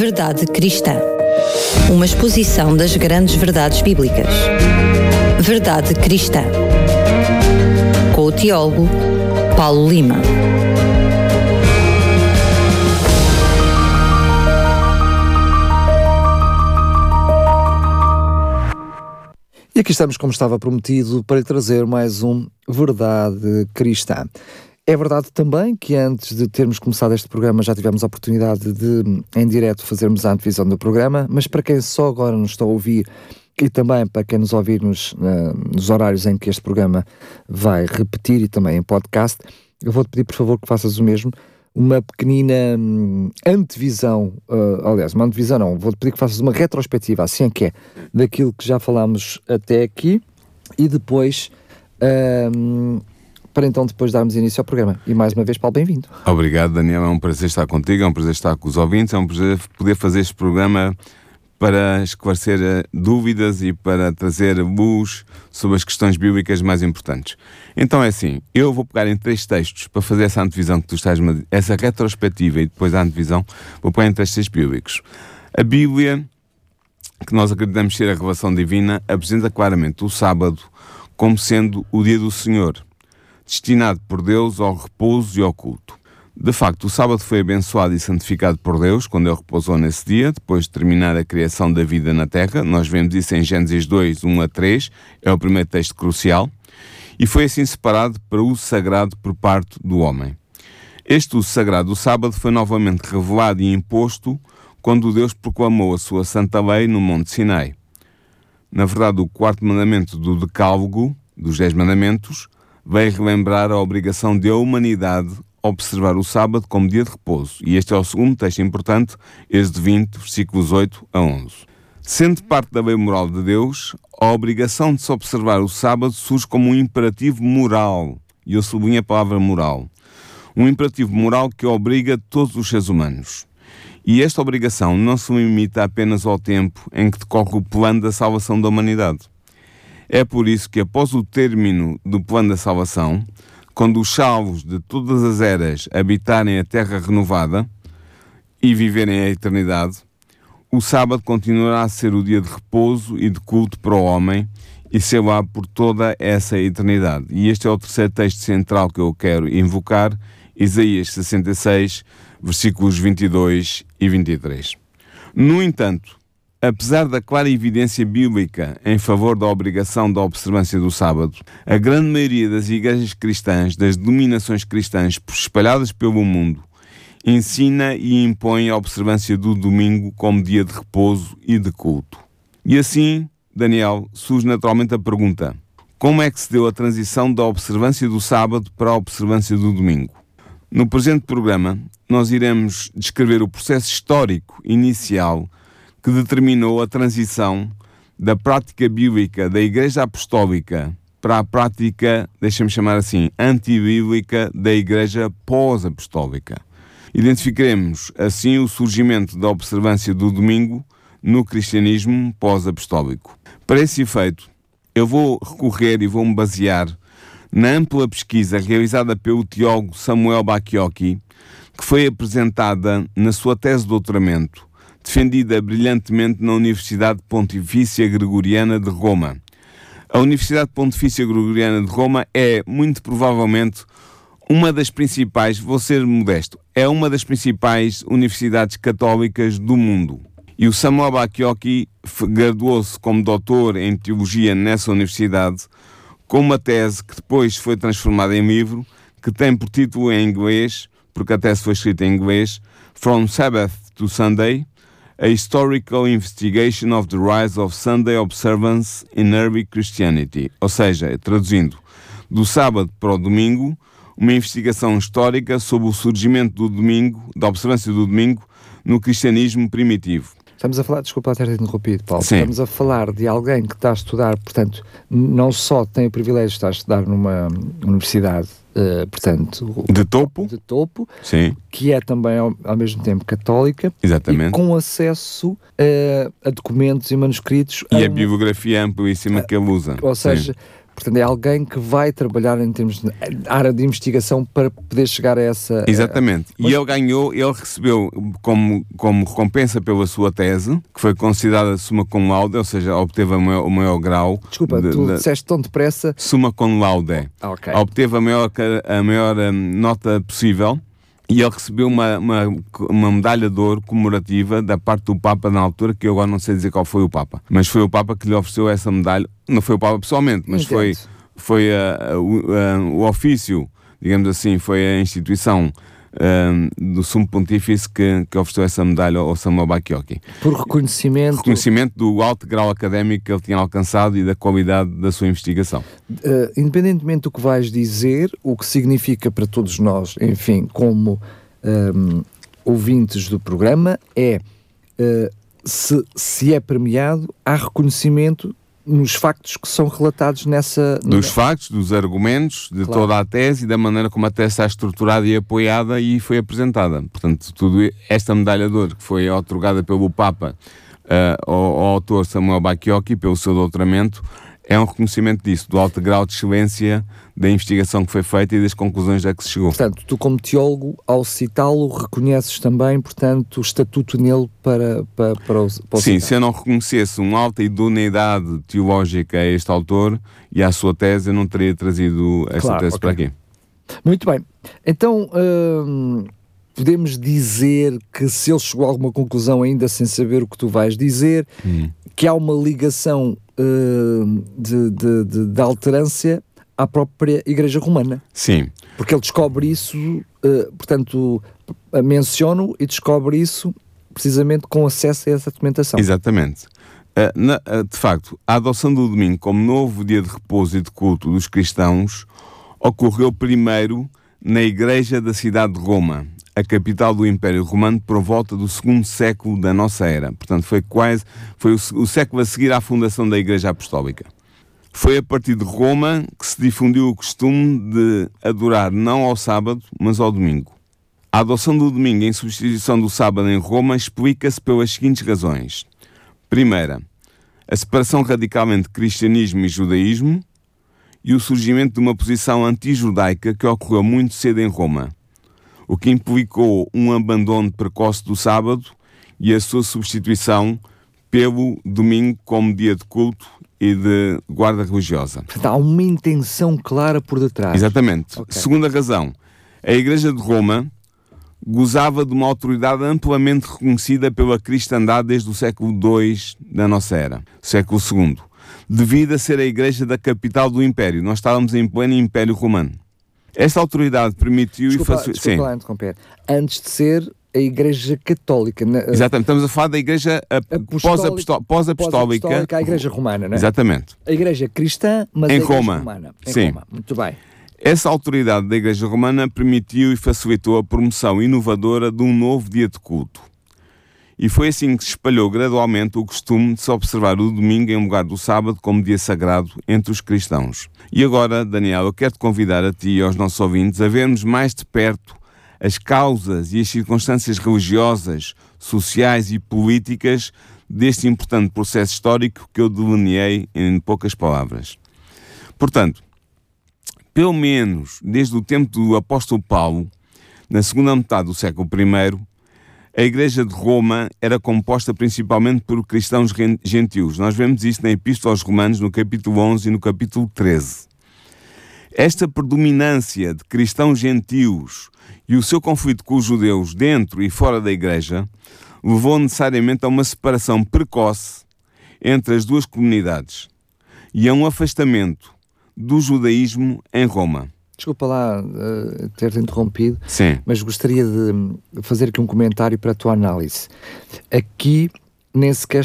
Verdade Cristã. Uma exposição das grandes verdades bíblicas. Verdade Cristã. Com o teólogo Paulo Lima. E aqui estamos, como estava prometido, para lhe trazer mais um Verdade Cristã. É verdade também que antes de termos começado este programa já tivemos a oportunidade de, em direto, fazermos a antevisão do programa, mas para quem só agora nos está a ouvir e também para quem nos ouvir nos horários em que este programa vai repetir e também em podcast, eu vou-te pedir, por favor, que faças o mesmo, uma pequenina antevisão, aliás, uma antevisão não, vou-te pedir que faças uma retrospectiva, assim é que é, daquilo que já falámos até aqui e depois... para então depois darmos início ao programa. E mais uma vez, Paulo, bem-vindo. Obrigado, Daniel, é um prazer estar contigo, é um prazer estar com os ouvintes, é um prazer poder fazer este programa para esclarecer dúvidas e para trazer luz sobre as questões bíblicas mais importantes. Então é assim, eu vou pegar em 3 textos para fazer essa antevisão que tu estás, essa retrospectiva e depois a antevisão, vou pegar em 3 textos bíblicos. A Bíblia, que nós acreditamos ser a revelação divina, apresenta claramente o sábado como sendo o dia do Senhor, destinado por Deus ao repouso e ao culto. De facto, o sábado foi abençoado e santificado por Deus quando Ele repousou nesse dia, depois de terminar a criação da vida na terra. Nós vemos isso em Gênesis 2, 1 a 3, é o primeiro texto crucial, e foi assim separado para uso sagrado por parte do homem. Este uso sagrado do sábado foi novamente revelado e imposto quando Deus proclamou a sua santa lei no Monte Sinai. Na verdade, o 4º mandamento do Decálogo, dos 10 mandamentos, veio relembrar a obrigação de a humanidade observar o sábado como dia de repouso. E este é o segundo texto importante, Êxodo 20, versículos 8 a 11. Sendo parte da lei moral de Deus, a obrigação de se observar o sábado surge como um imperativo moral. E eu sublinho a palavra moral. Um imperativo moral que obriga todos os seres humanos. E esta obrigação não se limita apenas ao tempo em que decorre o plano da salvação da humanidade. É por isso que, após o término do plano da salvação, quando os salvos de todas as eras habitarem a terra renovada e viverem a eternidade, o sábado continuará a ser o dia de repouso e de culto para o homem e será por toda essa eternidade. E este é o terceiro texto central que eu quero invocar, Isaías 66, versículos 22 e 23. No entanto, apesar da clara evidência bíblica em favor da obrigação da observância do sábado, a grande maioria das igrejas cristãs, das denominações cristãs espalhadas pelo mundo, ensina e impõe a observância do domingo como dia de repouso e de culto. E assim, Daniel, surge naturalmente a pergunta: como é que se deu a transição da observância do sábado para a observância do domingo? No presente programa, nós iremos descrever o processo histórico inicial que determinou a transição da prática bíblica da Igreja Apostólica para a prática, deixa-me chamar assim, antibíblica da Igreja pós-apostólica. Identificaremos assim o surgimento da observância do domingo no cristianismo pós-apostólico. Para esse efeito, eu vou recorrer e vou-me basear na ampla pesquisa realizada pelo teólogo Samuel Bacchiocchi, que foi apresentada na sua tese de doutoramento, defendida brilhantemente na Universidade Pontifícia Gregoriana de Roma. A Universidade Pontifícia Gregoriana de Roma é, muito provavelmente, uma das principais, vou ser modesto, é uma das principais universidades católicas do mundo. E o Samuel Bacchiocchi graduou-se como doutor em teologia nessa universidade, com uma tese que depois foi transformada em livro, que tem por título em inglês, porque a tese foi escrita em inglês, From Sabbath to Sunday, A Historical Investigation of the Rise of Sunday Observance in Early Christianity. Ou seja, traduzindo, do sábado para o domingo, uma investigação histórica sobre o surgimento do domingo, da observância do domingo, no cristianismo primitivo. Estamos a falar, desculpa lá ter interrompido, Paulo, Sim. Estamos a falar de alguém que está a estudar, portanto, não só tem o privilégio de estar a estudar numa universidade, portanto... De topo. De topo, Sim. Que é também ao mesmo tempo católica. Exatamente. E com acesso a documentos e manuscritos. E a bibliografia amplíssima que ele usa. Ou seja, sim, Portanto, é alguém que vai trabalhar em termos de área de investigação para poder chegar a essa... Exatamente. E ele recebeu como recompensa pela sua tese, que foi considerada summa cum laude, ou seja, obteve o maior grau... Desculpa, tu disseste tão depressa... Summa cum laude. Okay. Obteve a maior nota possível. E ele recebeu uma medalha de ouro comemorativa da parte do Papa na altura, que eu agora não sei dizer qual foi o Papa, mas foi o Papa que lhe ofereceu essa medalha. Não foi o Papa pessoalmente, mas foi o ofício, digamos assim, foi a instituição do Sumo Pontífice que ofereceu essa medalha ao Samuel Bacchiocchi. Por reconhecimento... Reconhecimento do alto grau académico que ele tinha alcançado e da qualidade da sua investigação. Independentemente do que vais dizer, o que significa para todos nós, enfim, como ouvintes do programa, é se é premiado, há reconhecimento nos factos que são relatados nessa... Dos factos, dos argumentos, de toda a tese e da maneira como a tese está estruturada e apoiada e foi apresentada. Portanto, esta medalha de ouro que foi otorgada pelo Papa ao autor Samuel Bacchiocchi pelo seu doutoramento é um reconhecimento disso, do alto grau de excelência da investigação que foi feita e das conclusões a que se chegou. Portanto, tu como teólogo, ao citá-lo, reconheces também, portanto, o estatuto nele para o Sim, citar. se eu não reconhecesse uma alta idoneidade teológica a este autor e à sua tese, eu não teria trazido esta tese para aqui. Muito bem. Então, podemos dizer que se ele chegou a alguma conclusão ainda sem saber o que tu vais dizer, que há uma ligação de alterância à própria Igreja Romana. Sim. Porque ele descobre isso, portanto, menciona-o e descobre isso precisamente com acesso a essa documentação. Exatamente. De facto, a adoção do domingo como novo dia de repouso e de culto dos cristãos ocorreu primeiro na Igreja da cidade de Roma, a capital do Império Romano, por volta do segundo século da nossa era. Portanto, foi o século a seguir à fundação da Igreja Apostólica. Foi a partir de Roma que se difundiu o costume de adorar não ao sábado, mas ao domingo. A adoção do domingo em substituição do sábado em Roma explica-se pelas seguintes razões. Primeira, a separação radicalmente de cristianismo e judaísmo e o surgimento de uma posição anti-judaica que ocorreu muito cedo em Roma, o que implicou um abandono precoce do sábado e a sua substituição pelo domingo como dia de culto e de guarda religiosa. Portanto, há uma intenção clara por detrás. Exatamente. Okay. Segunda razão, a Igreja de Roma gozava de uma autoridade amplamente reconhecida pela cristandade desde o século II da nossa era, século II, devido a ser a Igreja da capital do Império. Nós estávamos em pleno Império Romano. Esta autoridade permitiu... Desculpa lá interromper. Antes de ser a Igreja Católica. Exatamente, estamos a falar da Igreja pós-apostólica. A Igreja Romana, não é? Exatamente. A Igreja cristã, mas em a Igreja Roma. Romana. Sim. Roma. Muito bem. Essa autoridade da Igreja Romana permitiu e facilitou a promoção inovadora de um novo dia de culto. E foi assim que se espalhou gradualmente o costume de se observar o domingo em lugar do sábado como dia sagrado entre os cristãos. E agora, Daniel, eu quero-te convidar a ti e aos nossos ouvintes a vermos mais de perto as causas e as circunstâncias religiosas, sociais e políticas deste importante processo histórico que eu delineei em poucas palavras. Portanto, pelo menos desde o tempo do apóstolo Paulo, na segunda metade do século I, a Igreja de Roma era composta principalmente por cristãos gentios. Nós vemos isso na Epístola aos Romanos, no capítulo 11 e no capítulo 13. Esta predominância de cristãos gentios e o seu conflito com os judeus dentro e fora da Igreja levou necessariamente a uma separação precoce entre as duas comunidades e a um afastamento do judaísmo em Roma. Desculpa lá ter-te interrompido, Sim. Mas gostaria de fazer aqui um comentário para a tua análise. Aqui nem sequer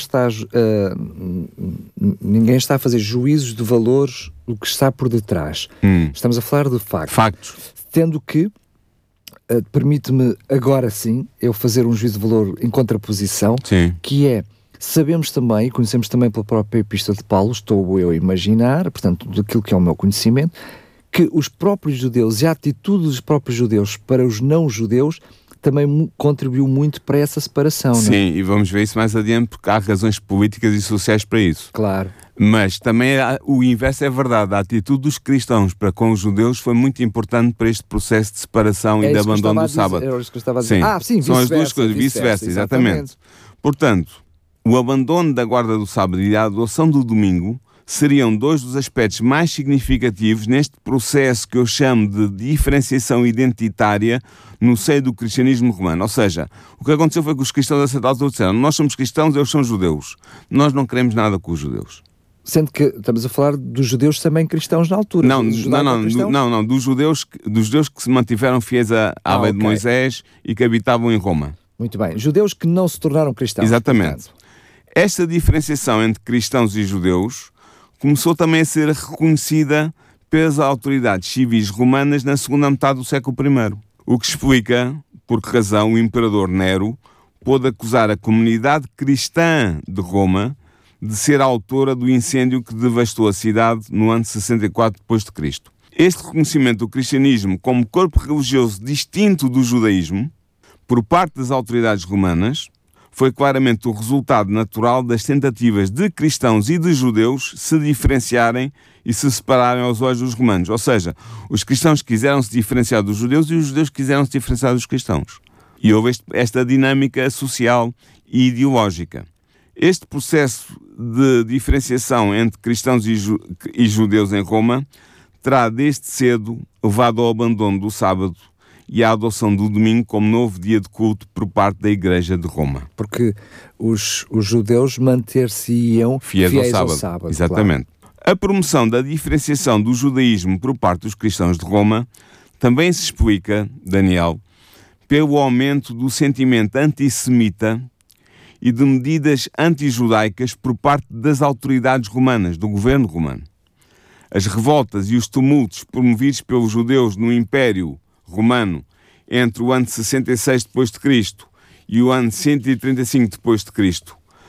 ninguém está a fazer juízos de valores do que está por detrás. Estamos a falar de factos. Tendo que, permite-me agora sim, eu fazer um juízo de valor em contraposição, Sim. que é, sabemos também, e conhecemos também pela própria Epístola de Paulo, estou eu a imaginar, portanto, daquilo que é o meu conhecimento, que os próprios judeus e a atitude dos próprios judeus para os não-judeus também contribuiu muito para essa separação, não é? Sim, e vamos ver isso mais adiante, porque há razões políticas e sociais para isso. Claro. Mas também o inverso é verdade. A atitude dos cristãos para com os judeus foi muito importante para este processo de separação e de abandono do sábado. É isso que eu estava a dizer. Sim, são as duas coisas, vice-versa, exatamente. Portanto, o abandono da guarda do sábado e a adoção do domingo seriam dois dos aspectos mais significativos neste processo que eu chamo de diferenciação identitária no seio do cristianismo romano. Ou seja, o que aconteceu foi que os cristãos a certa altura disseram: nós somos cristãos, eles são judeus. Nós não queremos nada com os judeus. Sendo que estamos a falar dos judeus também cristãos na altura. Não, dos judeus que se mantiveram fiéis à lei de Moisés e que habitavam em Roma. Muito bem. Judeus que não se tornaram cristãos. Exatamente. Portanto. Esta diferenciação entre cristãos e judeus começou também a ser reconhecida pelas autoridades civis romanas na segunda metade do século I. O que explica por que razão o imperador Nero pôde acusar a comunidade cristã de Roma de ser a autora do incêndio que devastou a cidade no ano 64 d.C. Este reconhecimento do cristianismo como corpo religioso distinto do judaísmo por parte das autoridades romanas foi claramente o resultado natural das tentativas de cristãos e de judeus se diferenciarem e se separarem aos olhos dos romanos. Ou seja, os cristãos quiseram se diferenciar dos judeus e os judeus quiseram se diferenciar dos cristãos. E houve esta dinâmica social e ideológica. Este processo de diferenciação entre cristãos e judeus em Roma terá desde cedo levado ao abandono do sábado e à adoção do domingo como novo dia de culto por parte da Igreja de Roma. Porque os judeus manter-se-iam fiéis ao sábado. Exatamente. Claro. A promoção da diferenciação do judaísmo por parte dos cristãos de Roma também se explica, Daniel, pelo aumento do sentimento antissemita e de medidas anti-judaicas por parte das autoridades romanas, do governo romano. As revoltas e os tumultos promovidos pelos judeus no Império Romano entre o ano 66 d.C. e o ano 135 d.C.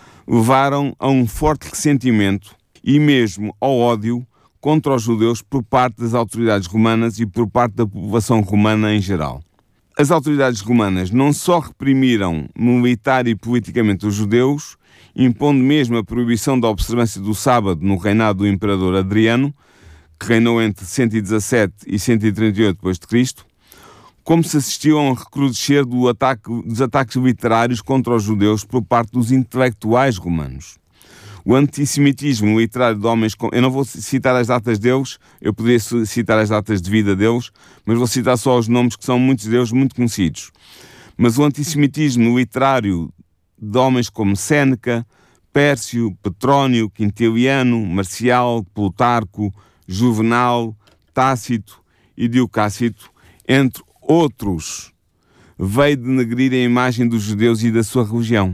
levaram a um forte ressentimento e mesmo ao ódio contra os judeus por parte das autoridades romanas e por parte da população romana em geral. As autoridades romanas não só reprimiram militar e politicamente os judeus, impondo mesmo a proibição da observância do sábado no reinado do imperador Adriano, que reinou entre 117 e 138 d.C., como se assistiu a um recrudescer dos ataques literários contra os judeus por parte dos intelectuais romanos. O antissemitismo literário de homens... Eu não vou citar as datas deles, eu poderia citar as datas de vida deles, mas vou citar só os nomes que são muitos deles muito conhecidos. Mas o antissemitismo literário de homens como Séneca, Pércio, Petrónio, Quintiliano, Marcial, Plutarco, Juvenal, Tácito e Diocácito, entre outros, veio denegrir a imagem dos judeus e da sua religião.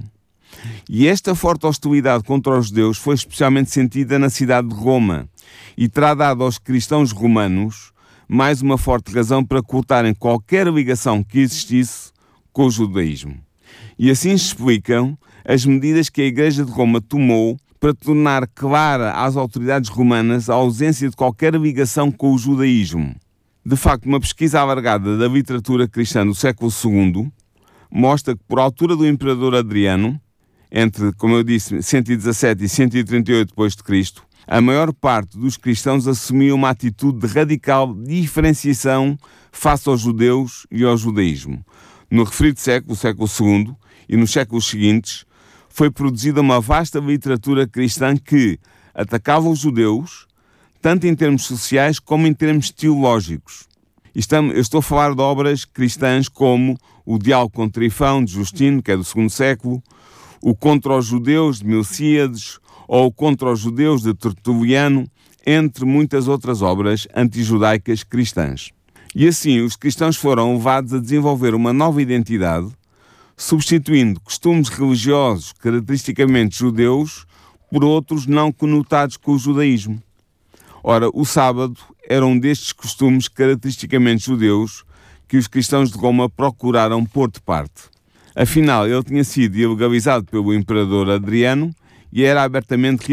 E esta forte hostilidade contra os judeus foi especialmente sentida na cidade de Roma e terá dado aos cristãos romanos mais uma forte razão para cortarem qualquer ligação que existisse com o judaísmo. E assim se explicam as medidas que a Igreja de Roma tomou para tornar clara às autoridades romanas a ausência de qualquer ligação com o judaísmo. De facto, uma pesquisa alargada da literatura cristã do século II mostra que, por altura do imperador Adriano, entre, como eu disse, 117 e 138 d.C., a maior parte dos cristãos assumiu uma atitude de radical diferenciação face aos judeus e ao judaísmo. No referido século, o século II, e nos séculos seguintes, foi produzida uma vasta literatura cristã que atacava os judeus, tanto em termos sociais como em termos teológicos. Eu estou a falar de obras cristãs como o Diálogo com Trifão, de Justino, que é do II século, o Contra os Judeus, de Milcíades, ou o Contra os Judeus, de Tertuliano, entre muitas outras obras antijudaicas cristãs. E assim, os cristãos foram levados a desenvolver uma nova identidade, substituindo costumes religiosos caracteristicamente judeus por outros não conotados com o judaísmo. Ora, o sábado era um destes costumes caracteristicamente judeus que os cristãos de Roma procuraram pôr de parte. Afinal, ele tinha sido ilegalizado pelo imperador Adriano e era abertamente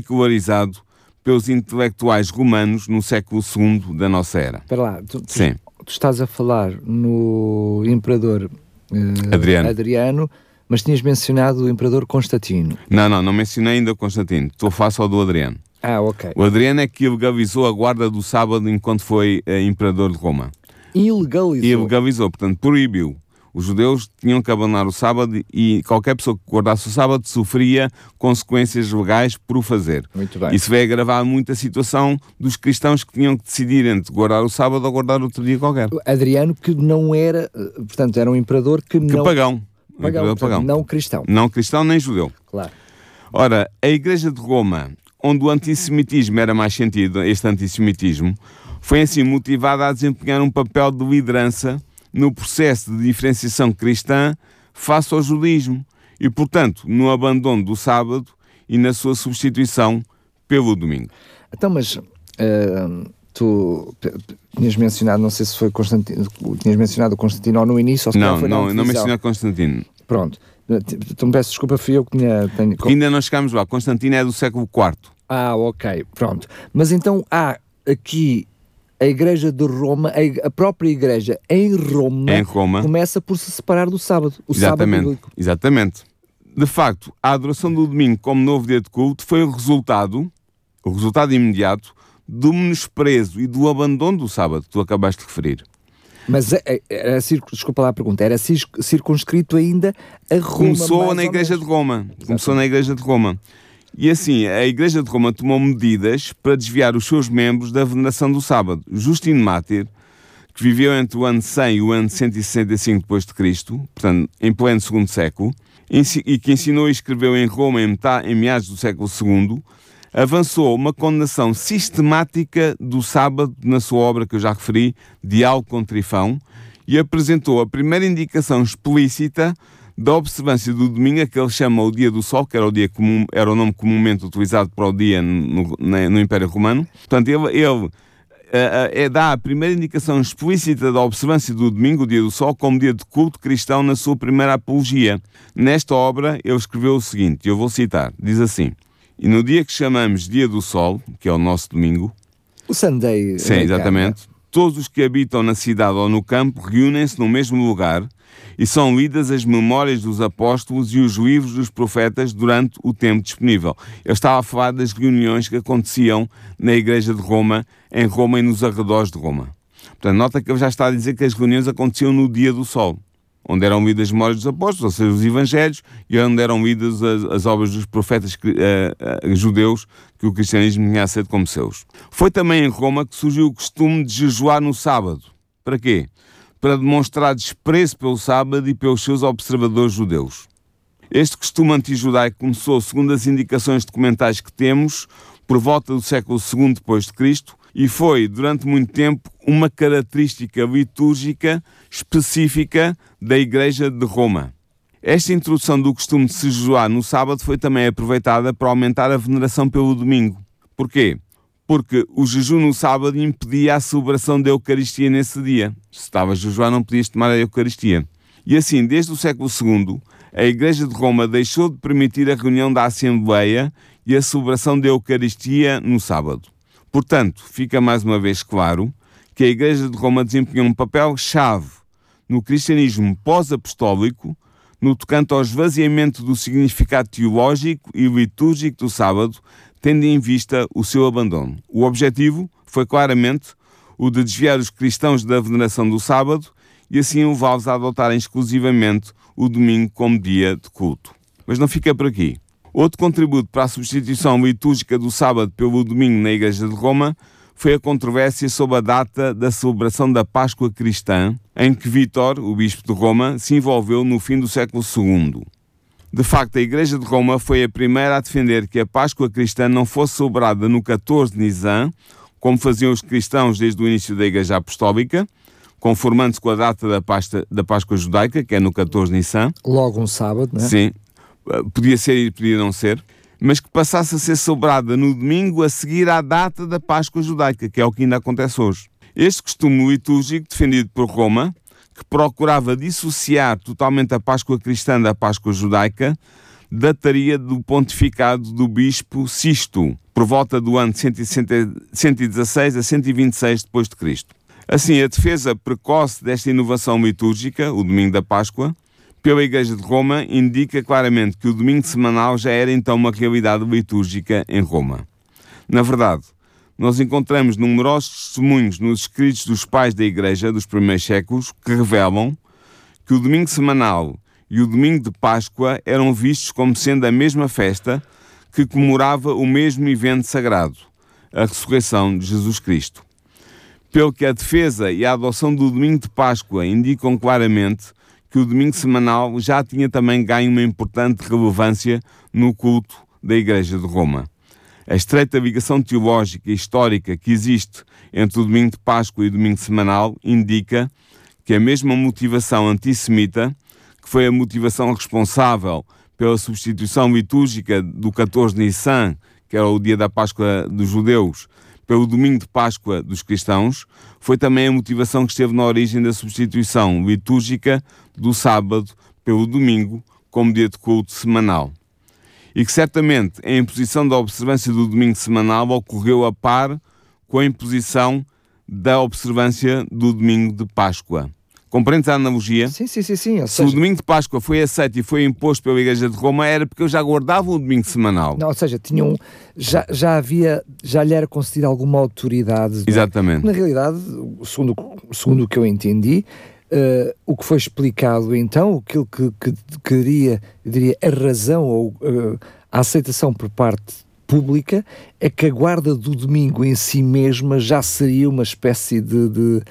ridicularizado pelos intelectuais romanos no século II da nossa era. Espera lá, Sim. tu estás a falar no imperador Adriano, mas tinhas mencionado o imperador Constantino. Não mencionei ainda o Constantino. Estou a falar só do Adriano. Ok. O Adriano é que ilegalizou a guarda do sábado enquanto foi imperador de Roma. Ilegalizou, portanto, proibiu. Os judeus tinham que abandonar o sábado e qualquer pessoa que guardasse o sábado sofria consequências legais por o fazer. Muito bem. Isso veio agravar muito a situação dos cristãos que tinham que decidir entre guardar o sábado ou guardar outro dia qualquer. Adriano, que não era, portanto, era um imperador que não... Pagão. Não cristão. Não cristão nem judeu. Claro. Ora, a Igreja de Roma, onde o antissemitismo era mais sentido, este antissemitismo, foi assim motivada a desempenhar um papel de liderança no processo de diferenciação cristã face ao judaísmo e, portanto, no abandono do sábado e na sua substituição pelo domingo. Então, mas tu tinhas mencionado, não sei se foi Constantino, tinhas mencionado o Constantino no início ou se não mencionei Constantino. Pronto, então peço desculpa, fui eu que ainda não chegámos lá, Constantino é do século IV. Ok, pronto. Mas então há aqui a Igreja de Roma, a própria Igreja em Roma começa por se separar do sábado. Sábado bíblico. Exatamente. De facto, a adoração do domingo como novo dia de culto foi o resultado imediato do menosprezo e do abandono do sábado que tu acabaste de referir. Mas desculpa lá a pergunta, era circunscrito ainda a Roma? Começou na Igreja de Roma. Começou na Igreja de Roma. E assim, a Igreja de Roma tomou medidas para desviar os seus membros da veneração do sábado. Justino Mártir, que viveu entre o ano 100 e o ano 165 d.C., portanto, em pleno segundo século, e que ensinou e escreveu em Roma em meados do século II, avançou uma condenação sistemática do sábado na sua obra que eu já referi, Diálogo com Trifão, e apresentou a primeira indicação explícita da observância do domingo, que ele chama o dia do sol, que era o dia comum, era o nome comumente utilizado para o dia no Império Romano. Portanto, ele dá a primeira indicação explícita da observância do domingo, o dia do sol, como dia de culto cristão na sua primeira apologia. Nesta obra, ele escreveu o seguinte, eu vou citar, diz assim: e no dia que chamamos dia do sol, que é o nosso domingo, o Sunday. Sim, exatamente. Todos os que habitam na cidade ou no campo reúnem-se no mesmo lugar e são lidas as memórias dos apóstolos e os livros dos profetas durante o tempo disponível. Eu estava a falar das reuniões que aconteciam na Igreja de Roma, em Roma e nos arredores de Roma. Portanto, nota que ele já está a dizer que as reuniões aconteciam no dia do sol, onde eram lidas as memórias dos apóstolos, ou seja, os evangelhos, e onde eram lidas as obras dos profetas judeus que o cristianismo tinha aceito como seus. Foi também em Roma que surgiu o costume de jejuar no sábado. Para quê? Para demonstrar desprezo pelo sábado e pelos seus observadores judeus. Este costume antijudaico começou, segundo as indicações documentais que temos, por volta do século II d.C., e foi, durante muito tempo, uma característica litúrgica específica da Igreja de Roma. Esta introdução do costume de se jejuar no sábado foi também aproveitada para aumentar a veneração pelo domingo. Porquê? Porque o jejum no sábado impedia a celebração da Eucaristia nesse dia. Se estava a jejuar, não podias tomar a Eucaristia. E assim, desde o século II, a Igreja de Roma deixou de permitir a reunião da Assembleia e a celebração da Eucaristia no sábado. Portanto, fica mais uma vez claro que a Igreja de Roma desempenhou um papel-chave no cristianismo pós-apostólico, no tocante ao esvaziamento do significado teológico e litúrgico do sábado, tendo em vista o seu abandono. O objetivo foi claramente o de desviar os cristãos da veneração do sábado e assim levá-los a adotarem exclusivamente o domingo como dia de culto. Mas não fica por aqui. Outro contributo para a substituição litúrgica do sábado pelo domingo na Igreja de Roma foi a controvérsia sobre a data da celebração da Páscoa cristã, em que Vítor, o bispo de Roma, se envolveu no fim do século II. De facto, a Igreja de Roma foi a primeira a defender que a Páscoa cristã não fosse celebrada no 14 de Nisan, como faziam os cristãos desde o início da Igreja Apostólica, conformando-se com a data da Páscoa judaica, que é no 14 de Nisan. Logo um sábado, não é? Sim. Podia ser e podia não ser, mas que passasse a ser celebrada no domingo a seguir à data da Páscoa judaica, que é o que ainda acontece hoje. Este costume litúrgico, defendido por Roma, que procurava dissociar totalmente a Páscoa cristã da Páscoa judaica, dataria do pontificado do bispo Sisto, por volta do ano 116 a 126 d.C. Assim, a defesa precoce desta inovação litúrgica, o domingo da Páscoa, pela Igreja de Roma, indica claramente que o domingo semanal já era então uma realidade litúrgica em Roma. Na verdade, nós encontramos numerosos testemunhos nos escritos dos pais da Igreja dos primeiros séculos que revelam que o domingo semanal e o domingo de Páscoa eram vistos como sendo a mesma festa que comemorava o mesmo evento sagrado, a ressurreição de Jesus Cristo. Pelo que a defesa e a adoção do domingo de Páscoa indicam claramente que o domingo semanal já tinha também ganho uma importante relevância no culto da Igreja de Roma. A estreita ligação teológica e histórica que existe entre o domingo de Páscoa e o domingo semanal indica que a mesma motivação antissemita, que foi a motivação responsável pela substituição litúrgica do 14 de Nissan, que era o dia da Páscoa dos judeus, pelo domingo de Páscoa dos cristãos, foi também a motivação que esteve na origem da substituição litúrgica do sábado pelo domingo como dia de culto semanal. E que certamente a imposição da observância do domingo semanal ocorreu a par com a imposição da observância do domingo de Páscoa. Compreendes a analogia? Sim. Se o domingo de Páscoa foi aceito e foi imposto pela Igreja de Roma, era porque eu já guardava o domingo semanal. Não, ou seja, já lhe era concedida alguma autoridade. Exatamente. Na realidade, segundo o que eu entendi, o que foi explicado então, aquilo que diria a razão ou a aceitação por parte pública, é que a guarda do domingo em si mesma já seria uma espécie de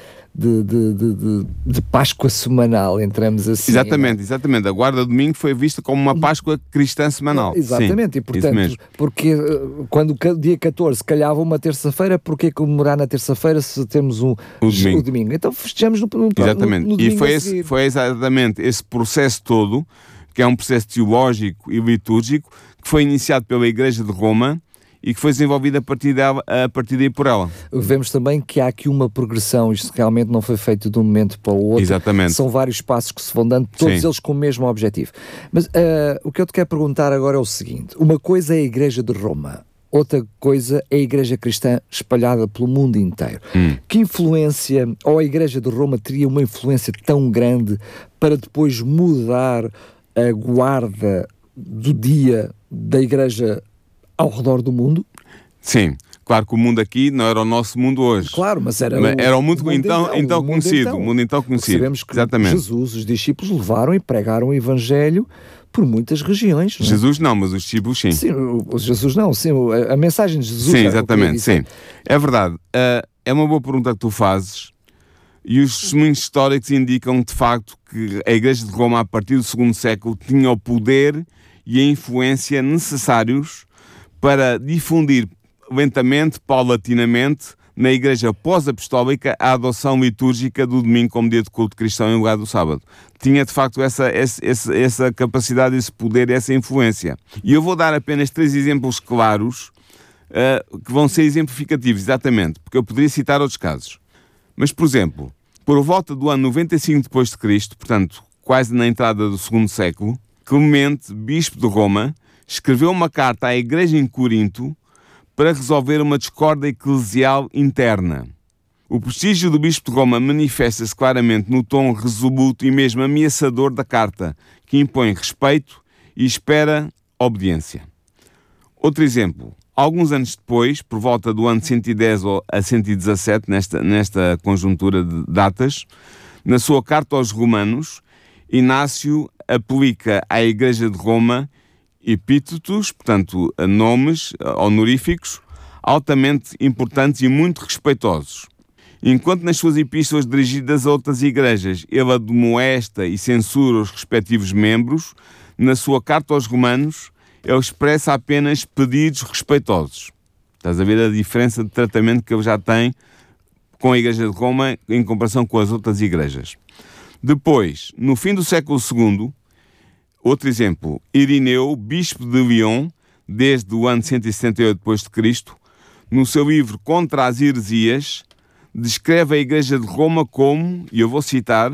Páscoa semanal, entramos assim. Exatamente. A guarda do domingo foi vista como uma Páscoa cristã semanal. Exatamente, sim, e portanto, porque quando o dia 14 calhava uma terça-feira, porquê comemorar na terça-feira se temos o domingo? Então festejamos no exatamente. No domingo. E foi exatamente esse processo todo, que é um processo teológico e litúrgico, que foi iniciado pela Igreja de Roma e que foi desenvolvido a partir daí por ela. Vemos também que há aqui uma progressão, isto realmente não foi feito de um momento para o outro. Exatamente. São vários passos que se vão dando, todos eles com o mesmo objetivo. Mas o que eu te quero perguntar agora é o seguinte: uma coisa é a Igreja de Roma, outra coisa é a Igreja Cristã espalhada pelo mundo inteiro. Que influência, ou a Igreja de Roma teria uma influência tão grande para depois mudar a guarda do dia da Igreja ao redor do mundo? Sim, claro que o mundo aqui não era o nosso mundo hoje. Claro, mas era o mundo então conhecido. O mundo então conhecido. Sabemos que exatamente. Jesus, os discípulos levaram e pregaram o Evangelho por muitas regiões. Não é? Jesus não, mas os discípulos sim. Sim, Jesus não, sim, a mensagem de Jesus. Sim, exatamente, sim. É verdade. É uma boa pergunta que tu fazes. E os testemunhos históricos indicam de facto que a Igreja de Roma, a partir do segundo século, tinha o poder e a influência necessários para difundir lentamente, paulatinamente, na Igreja pós-apostólica, a adoção litúrgica do domingo como dia de culto cristão em lugar do sábado. Tinha de facto essa capacidade, esse poder, essa influência. E eu vou dar apenas 3 exemplos claros que vão ser exemplificativos, exatamente, porque eu poderia citar outros casos. Mas, por exemplo, por volta do ano 95 depois de Cristo, portanto, quase na entrada do segundo século, Clemente, bispo de Roma, escreveu uma carta à Igreja em Corinto para resolver uma discórdia eclesial interna. O prestígio do bispo de Roma manifesta-se claramente no tom resoluto e mesmo ameaçador da carta, que impõe respeito e espera obediência. Outro exemplo. Alguns anos depois, por volta do ano 110 a 117, nesta conjuntura de datas, na sua carta aos Romanos, Inácio aplica à Igreja de Roma epítetos, portanto, nomes honoríficos, altamente importantes e muito respeitosos. Enquanto nas suas epístolas dirigidas a outras igrejas ele admoesta e censura os respectivos membros, na sua carta aos Romanos ele expressa apenas pedidos respeitosos. Estás a ver a diferença de tratamento que ele já tem com a Igreja de Roma em comparação com as outras igrejas. Depois, no fim do século II, outro exemplo, Irineu, bispo de Lyon, desde o ano 178 d.C., no seu livro Contra as Heresias, descreve a Igreja de Roma como, e eu vou citar,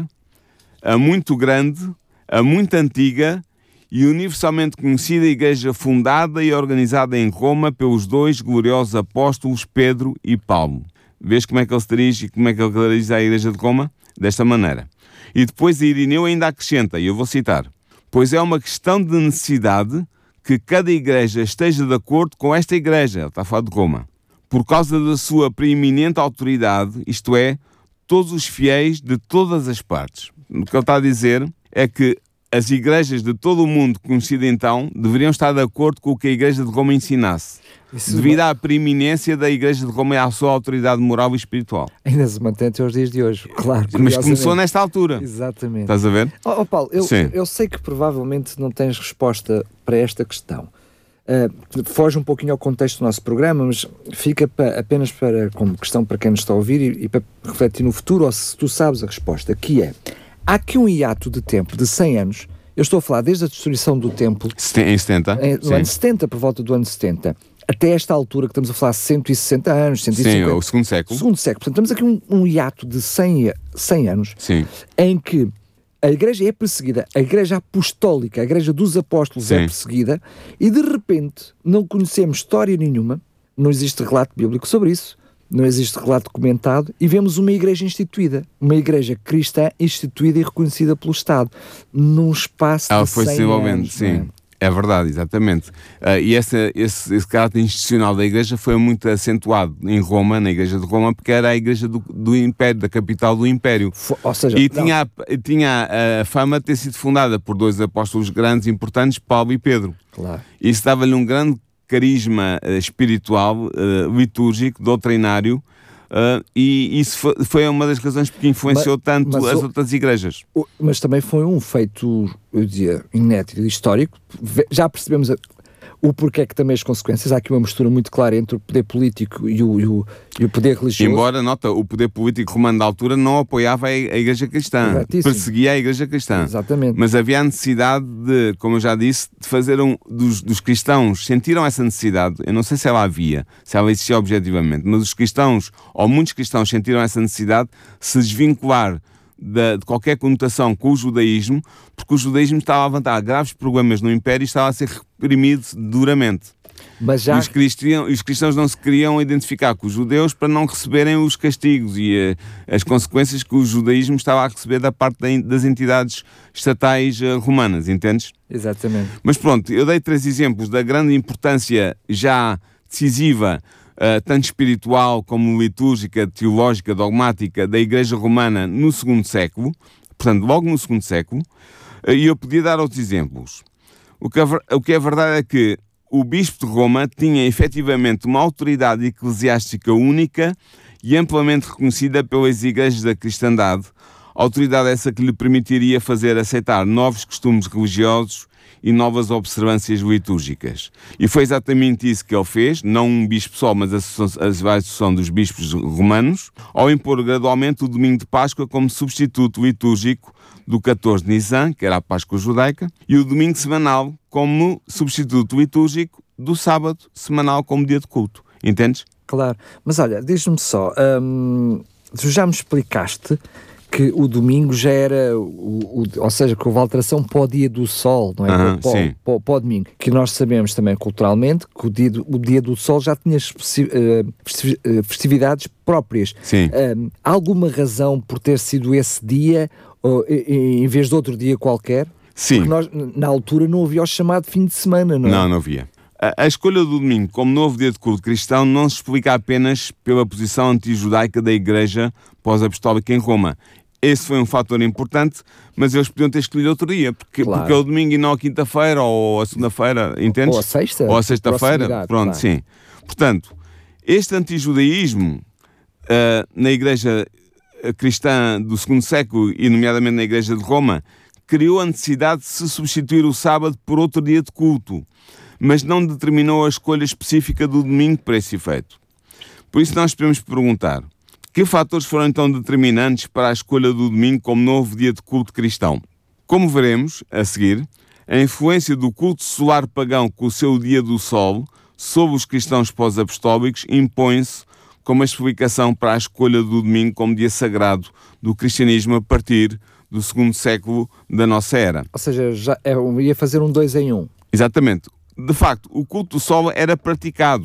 a muito grande, a muito antiga e universalmente conhecida Igreja fundada e organizada em Roma pelos 2 gloriosos apóstolos Pedro e Paulo. Vês como é que ele se dirige e como é que ele diz à Igreja de Roma? Desta maneira. E depois Irineu ainda acrescenta, e eu vou citar: pois é uma questão de necessidade que cada igreja esteja de acordo com esta igreja, ele está a falar de Roma, por causa da sua preeminente autoridade, isto é, todos os fiéis de todas as partes. O que ele está a dizer é que as igrejas de todo o mundo conhecido então deveriam estar de acordo com o que a Igreja de Roma ensinasse, devido à preeminência da Igreja de Roma e à sua autoridade moral e espiritual. Ainda se mantém até os dias de hoje, claro. Mas começou nesta altura. Exatamente. Estás a ver? Paulo, eu sei que provavelmente não tens resposta para esta questão. Foge um pouquinho ao contexto do nosso programa, mas fica apenas como questão para quem nos está a ouvir e para refletir no futuro, ou se tu sabes a resposta, que é: há aqui um hiato de tempo de 100 anos, eu estou a falar desde a destruição do templo, em 70, no ano 70, por volta do ano 70, até esta altura que estamos a falar 160 anos, 150. Sim, o segundo século. Segundo século. Portanto, temos aqui um hiato de 100 anos, sim, em que a Igreja é perseguida, a Igreja Apostólica, a Igreja dos Apóstolos sim, é perseguida, e de repente não conhecemos história nenhuma, não existe relato bíblico sobre isso, não existe relato documentado, e vemos uma igreja instituída, uma igreja cristã instituída e reconhecida pelo Estado, num espaço de 100 anos. Sim, é verdade, exatamente. E esse caráter institucional da igreja foi muito acentuado em Roma, na Igreja de Roma, porque era a igreja do Império, da capital do Império. Ou seja, e tinha a fama de ter sido fundada por dois apóstolos grandes, importantes, Paulo e Pedro. Claro. Isso dava-lhe um grande carisma espiritual, litúrgico, doutrinário, e isso foi uma das razões porque influenciou tanto as outras igrejas. Mas também foi um feito, eu dizia, inédito, histórico. Já percebemos o porquê que também as consequências. Há aqui uma mistura muito clara entre o poder político e o poder religioso. Embora, nota, o poder político romano da altura não apoiava a Igreja Cristã, perseguia a Igreja Cristã. Exatamente. Mas havia a necessidade de, como eu já disse, de fazer dos cristãos, sentiram essa necessidade. Eu não sei se ela havia, se ela existia objetivamente, mas os cristãos, ou muitos cristãos, sentiram essa necessidade de se desvincular de qualquer conotação com o judaísmo, porque o judaísmo estava a levantar graves problemas no Império e estava a ser reprimido duramente. Mas os cristãos não se queriam identificar com os judeus para não receberem os castigos e as consequências que o judaísmo estava a receber da parte das entidades estatais romanas, entendes? Exatamente. Mas pronto, eu dei 3 exemplos da grande importância já decisiva, tanto espiritual como litúrgica, teológica, dogmática, da Igreja Romana no segundo século, portanto, logo no segundo século, e eu podia dar outros exemplos. O que é verdade é que o Bispo de Roma tinha efetivamente uma autoridade eclesiástica única e amplamente reconhecida pelas igrejas da cristandade, autoridade essa que lhe permitiria fazer aceitar novos costumes religiosos e novas observâncias litúrgicas. E foi exatamente isso que ele fez, não um bispo só, mas a Associação dos Bispos Romanos, ao impor gradualmente o domingo de Páscoa como substituto litúrgico do 14 de Nisan, que era a Páscoa judaica, e o domingo semanal como substituto litúrgico do sábado semanal como dia de culto. Entendes? Claro. Mas olha, diz-me só, tu já me explicaste que o domingo já era, ou seja, que houve alteração para o dia do sol, não é? Para o domingo. Que nós sabemos também culturalmente que o dia do sol já tinha festividades próprias. Sim. Há alguma razão por ter sido esse dia em vez de outro dia qualquer? Sim. Porque nós, na altura, não havia o chamado fim de semana, não é? Não havia. A escolha do domingo como novo dia de culto cristão não se explica apenas pela posição antijudaica da Igreja pós-apostólica em Roma. Esse foi um fator importante, mas eles podiam ter escolhido outro dia, porque é o domingo e não a quinta-feira ou a segunda-feira, entendes? Ou a sexta. Ou a sexta-feira, pronto, claro. Sim. Portanto, este antijudaísmo na Igreja cristã do segundo século, e nomeadamente na Igreja de Roma, criou a necessidade de se substituir o sábado por outro dia de culto, mas não determinou a escolha específica do domingo para esse efeito. Por isso nós podemos perguntar: que fatores foram então determinantes para a escolha do domingo como novo dia de culto cristão? Como veremos a seguir, a influência do culto solar pagão com o seu dia do sol sobre os cristãos pós-apostólicos impõe-se como a explicação para a escolha do domingo como dia sagrado do cristianismo a partir do segundo século da nossa era. Ou seja, eu ia fazer um 2 em 1. Exatamente. De facto, o culto do sol era praticado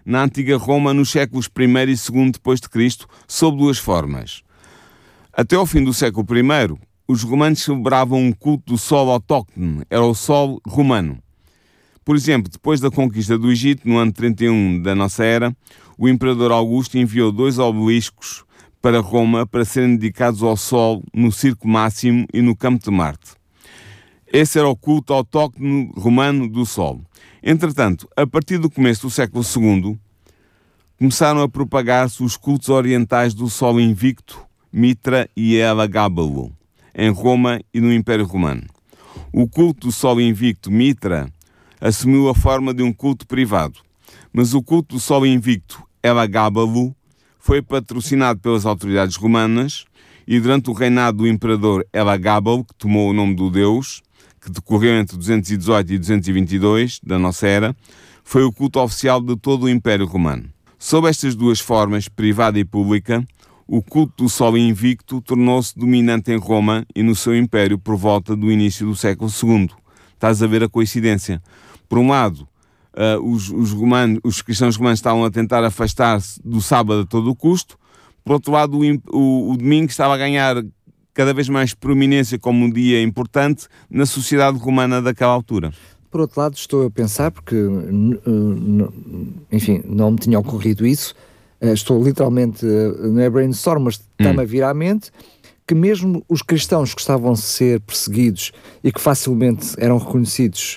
na antiga Roma nos séculos I e II depois de Cristo, sob duas formas. Até ao fim do século I, os romanos celebravam um culto do sol autóctone, era o sol romano. Por exemplo, depois da conquista do Egito, no ano 31 da nossa era, o imperador Augusto enviou 2 obeliscos para Roma para serem dedicados ao sol no Circo Máximo e no Campo de Marte. Esse era o culto autóctone romano do sol. Entretanto, a partir do começo do século II, começaram a propagar-se os cultos orientais do sol invicto, Mitra e Elagabalus, em Roma e no Império Romano. O culto do sol invicto, Mitra, assumiu a forma de um culto privado, mas o culto do sol invicto, Elagabalus, foi patrocinado pelas autoridades romanas e durante o reinado do imperador Elagabalus, que tomou o nome do deus, que decorreu entre 218 e 222 da nossa era, foi o culto oficial de todo o Império Romano. Sob estas duas formas, privada e pública, o culto do sol invicto tornou-se dominante em Roma e no seu império por volta do início do século II. Estás a ver a coincidência. Por um lado, os cristãos romanos estavam a tentar afastar-se do sábado a todo o custo. Por outro lado, o domingo estava a ganhar cada vez mais proeminência como um dia importante na sociedade romana daquela altura. Por outro lado, estou a pensar, porque, enfim, não me tinha ocorrido isso, estou literalmente, não é brainstorm, mas está-me a vir à mente, que mesmo os cristãos que estavam a ser perseguidos e que facilmente eram reconhecidos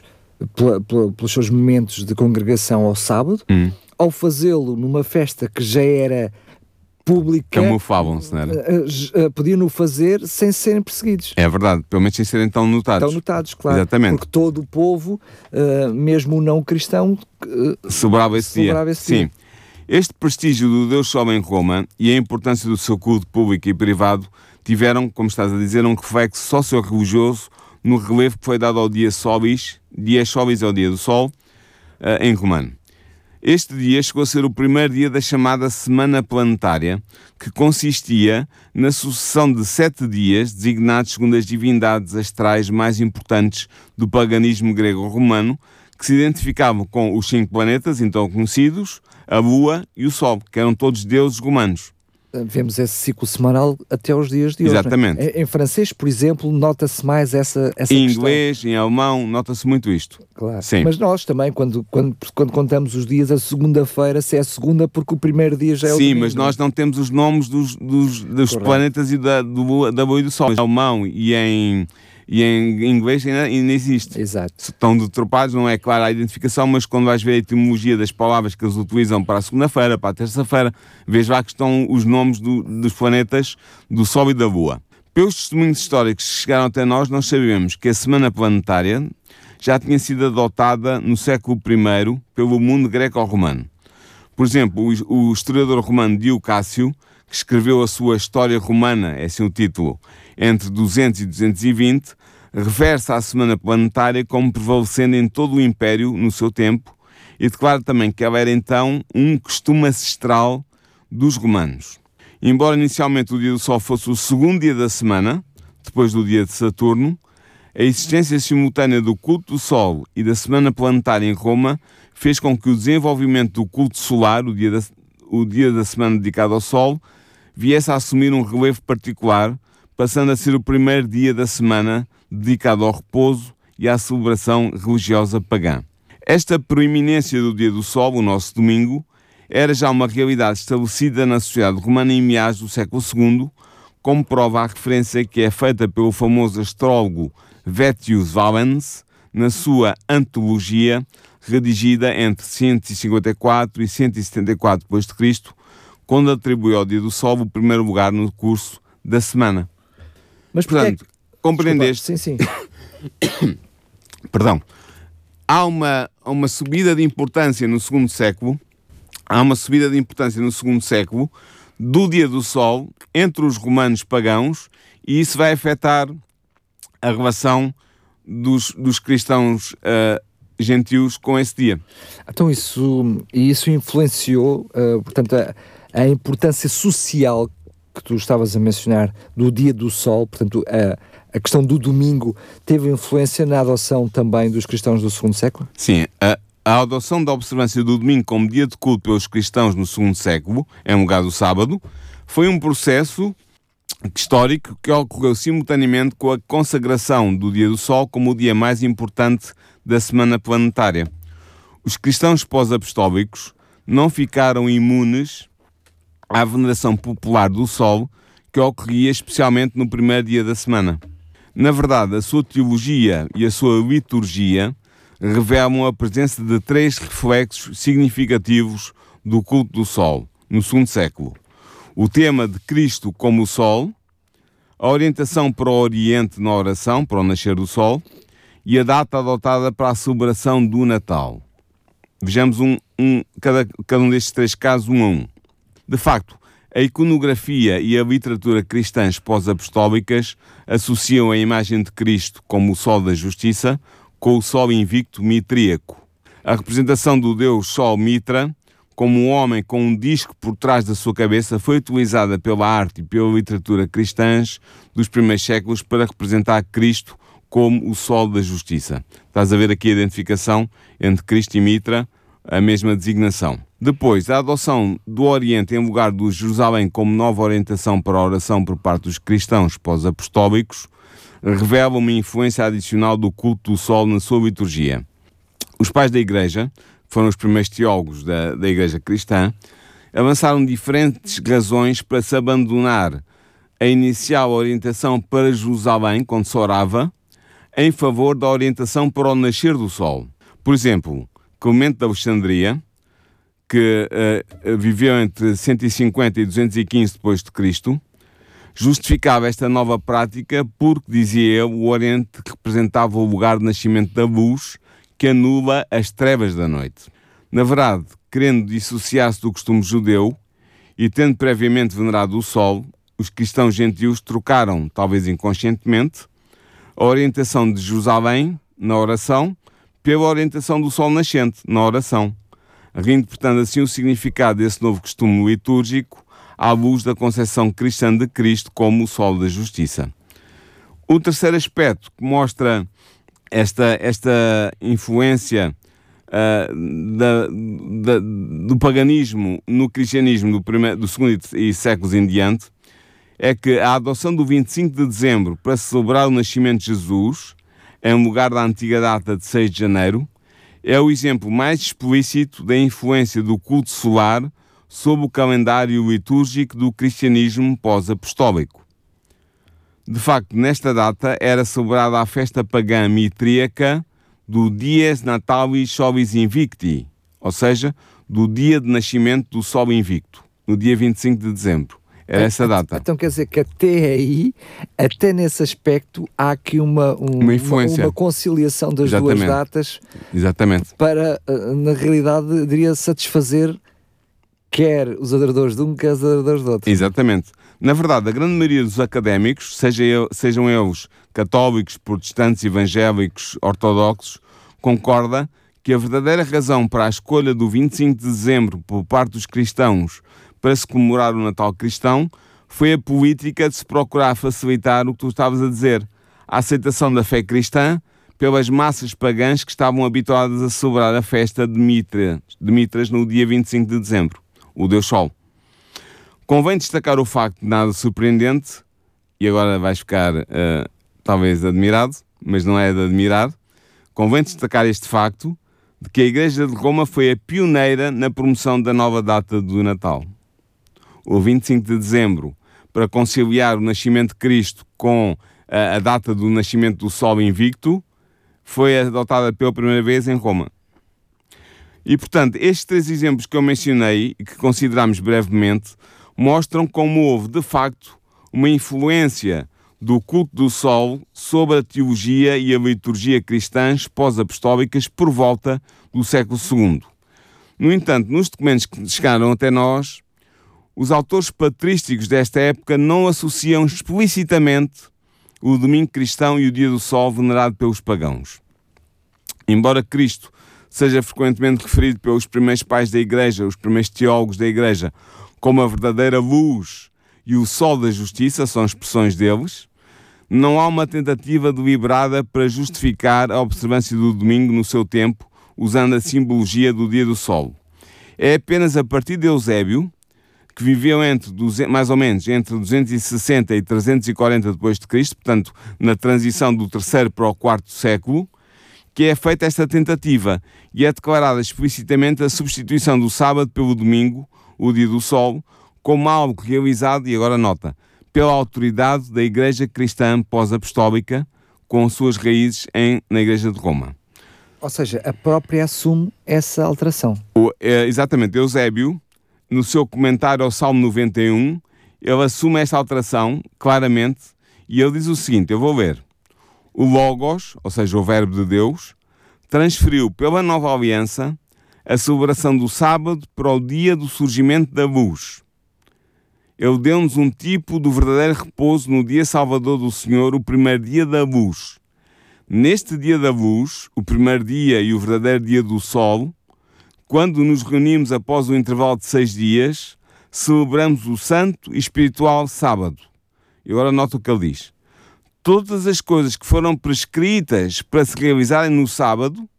pelos seus momentos de congregação ao sábado, ao fazê-lo numa festa que já era pública, camuflavam-se, não era? Podiam-no fazer sem serem perseguidos. É verdade, pelo menos sem serem tão notados. Tão notados, claro. Exatamente. Porque todo o povo, mesmo o não cristão, celebrava esse dia. Sim. Este prestígio do Deus Sol em Roma e a importância do seu culto público e privado tiveram, como estás a dizer, um reflexo socio-religioso no relevo que foi dado ao dia Solis é o dia do Sol, em romano. Este dia chegou a ser o primeiro dia da chamada Semana Planetária, que consistia na sucessão de 7 dias designados segundo as divindades astrais mais importantes do paganismo grego-romano, que se identificavam com os 5 planetas, então conhecidos, a Lua e o Sol, que eram todos deuses romanos. Vemos esse ciclo semanal até os dias de hoje. Exatamente. Em francês, por exemplo, nota-se mais essa questão. Em inglês, em alemão, nota-se muito isto. Claro. Sim. Mas nós também, quando contamos os dias, a segunda-feira, se é a segunda, porque o primeiro dia já é o domingo. Sim, mas nós não temos os nomes dos planetas e da Lua e do Sol. Em alemão e em inglês ainda existe. Exato. Estão deturpados, não é clara a identificação, mas quando vais ver a etimologia das palavras que eles utilizam para a segunda-feira, para a terça-feira, vês lá que estão os nomes dos planetas do Sol e da Lua. Pelos testemunhos históricos que chegaram até nós sabemos que a Semana Planetária já tinha sido adotada no século I pelo mundo greco-romano. Por exemplo, o historiador romano Dio Cássio, que escreveu a sua História Romana, é assim o título, entre 200 e 220, refere-se à Semana Planetária como prevalecendo em todo o Império no seu tempo e declara também que ela era então um costume ancestral dos romanos. Embora inicialmente o dia do Sol fosse o segundo dia da semana, depois do dia de Saturno, a existência simultânea do culto do Sol e da Semana Planetária em Roma fez com que o desenvolvimento do culto solar, o dia da semana dedicado ao Sol, viesse a assumir um relevo particular, passando a ser o primeiro dia da semana dedicado ao repouso e à celebração religiosa pagã. Esta proeminência do dia do Sol, o nosso domingo, era já uma realidade estabelecida na sociedade romana em meados do século II, como prova a referência que é feita pelo famoso astrólogo Vettius Valens na sua antologia, redigida entre 154 e 174 d.C., quando atribui ao dia do Sol o primeiro lugar no curso da semana. Mas portanto, compreendeste? Sim. Perdão. Há uma subida de importância no segundo século. Do dia do Sol entre os romanos pagãos, e isso vai afetar a relação dos cristãos gentios com esse dia. Então isso influenciou, portanto, a importância social que tu estavas a mencionar do dia do Sol, portanto, a questão do domingo teve influência na adoção também dos cristãos do segundo século? Sim, A adoção da observância do domingo como dia de culto pelos cristãos no segundo século, em lugar do sábado, foi um processo histórico que ocorreu simultaneamente com a consagração do dia do Sol como o dia mais importante da semana planetária. Os cristãos pós-apostólicos não ficaram imunes à veneração popular do Sol que ocorria especialmente no primeiro dia da semana. Na verdade, a sua teologia e a sua liturgia revelam a presença de 3 reflexos significativos do culto do Sol, no segundo século. O tema de Cristo como o Sol, a orientação para o Oriente na oração, para o nascer do Sol, e a data adotada para a celebração do Natal. Vejamos cada um destes 3 casos, um a um. De facto, a iconografia e a literatura cristãs pós-apostólicas associam a imagem de Cristo como o Sol da Justiça com o Sol invicto mitríaco. A representação do Deus Sol Mitra, como um homem com um disco por trás da sua cabeça, foi utilizada pela arte e pela literatura cristãs dos primeiros séculos para representar Cristo como o Sol da Justiça. Estás a ver aqui a identificação entre Cristo e Mitra, a mesma designação. Depois, a adoção do Oriente em lugar do Jerusalém como nova orientação para a oração por parte dos cristãos pós-apostólicos revela uma influência adicional do culto do Sol na sua liturgia. Os pais da Igreja, que foram os primeiros teólogos da Igreja cristã, avançaram diferentes razões para se abandonar a inicial orientação para Jerusalém, quando se orava, em favor da orientação para o nascer do Sol. Por exemplo, Clemente de Alexandria, que viveu entre 150 e 215 depois de Cristo, justificava esta nova prática porque, dizia ele, o Oriente representava o lugar de nascimento da luz que anula as trevas da noite. Na verdade, querendo dissociar-se do costume judeu e tendo previamente venerado o Sol, os cristãos gentios trocaram, talvez inconscientemente, a orientação de Jerusalém na oração pela orientação do Sol nascente na oração, reinterpretando assim o significado desse novo costume litúrgico à luz da concepção cristã de Cristo como o Sol da Justiça. O terceiro aspecto que mostra esta influência do paganismo no cristianismo do segundo e séculos em diante é que a adoção do 25 de dezembro para celebrar o nascimento de Jesus, em lugar da antiga data de 6 de janeiro, é o exemplo mais explícito da influência do culto solar sobre o calendário litúrgico do cristianismo pós-apostólico. De facto, nesta data era celebrada a festa pagã mitríaca do Dies Natalis Solis Invicti, ou seja, do dia de nascimento do Sol Invicto, no dia 25 de dezembro. Era essa data. Então quer dizer que até aí, até nesse aspecto, há aqui uma conciliação das duas datas. Exatamente. Para, na realidade, diria satisfazer quer os adoradores de um, quer os adoradores do outro. Exatamente. Na verdade, a grande maioria dos académicos, sejam eles católicos, protestantes, evangélicos, ortodoxos, concorda que a verdadeira razão para a escolha do 25 de dezembro por parte dos cristãos para se comemorar o Natal cristão foi a política de se procurar facilitar o que tu estavas a dizer, a aceitação da fé cristã pelas massas pagãs que estavam habituadas a celebrar a festa de Mitras no dia 25 de dezembro, o Deus Sol. Convém destacar o facto de nada surpreendente, e agora vais ficar talvez admirado, mas não é de admirar, convém destacar este facto de que a Igreja de Roma foi a pioneira na promoção da nova data do Natal. O 25 de dezembro, para conciliar o nascimento de Cristo com a data do nascimento do Sol Invicto, foi adotada pela primeira vez em Roma. E, portanto, estes 3 exemplos que eu mencionei e que consideramos brevemente mostram como houve, de facto, uma influência do culto do Sol sobre a teologia e a liturgia cristãs pós-apostólicas por volta do século II. No entanto, nos documentos que chegaram até nós, os autores patrísticos desta época não associam explicitamente o domingo cristão e o dia do Sol venerado pelos pagãos. Embora Cristo seja frequentemente referido pelos primeiros pais da Igreja, os primeiros teólogos da Igreja, como a verdadeira luz e o Sol da Justiça, são expressões deles, não há uma tentativa deliberada para justificar a observância do domingo no seu tempo usando a simbologia do dia do Sol. É apenas a partir de Eusébio, que viveu mais ou menos entre 260 e 340 depois de Cristo, portanto, na transição do 3º para o 4º século, que é feita esta tentativa e é declarada explicitamente a substituição do sábado pelo domingo, o dia do Sol, como algo realizado, e agora nota, pela autoridade da Igreja Cristã pós-apostólica, com suas raízes na Igreja de Roma. Ou seja, a própria assume essa alteração. Exatamente, Eusébio, no seu comentário ao Salmo 91, ele assume esta alteração claramente e ele diz o seguinte, eu vou ler. O Logos, ou seja, o Verbo de Deus, transferiu pela nova aliança a celebração do sábado para o dia do surgimento da luz. Ele deu-nos um tipo do verdadeiro repouso no dia salvador do Senhor, o primeiro dia da luz. Neste dia da luz, o primeiro dia e o verdadeiro dia do sol, quando nos reunimos após o intervalo de 6 dias, celebramos o santo e espiritual sábado. E agora nota o que ele diz. Todas as coisas que foram prescritas para se realizarem no sábado,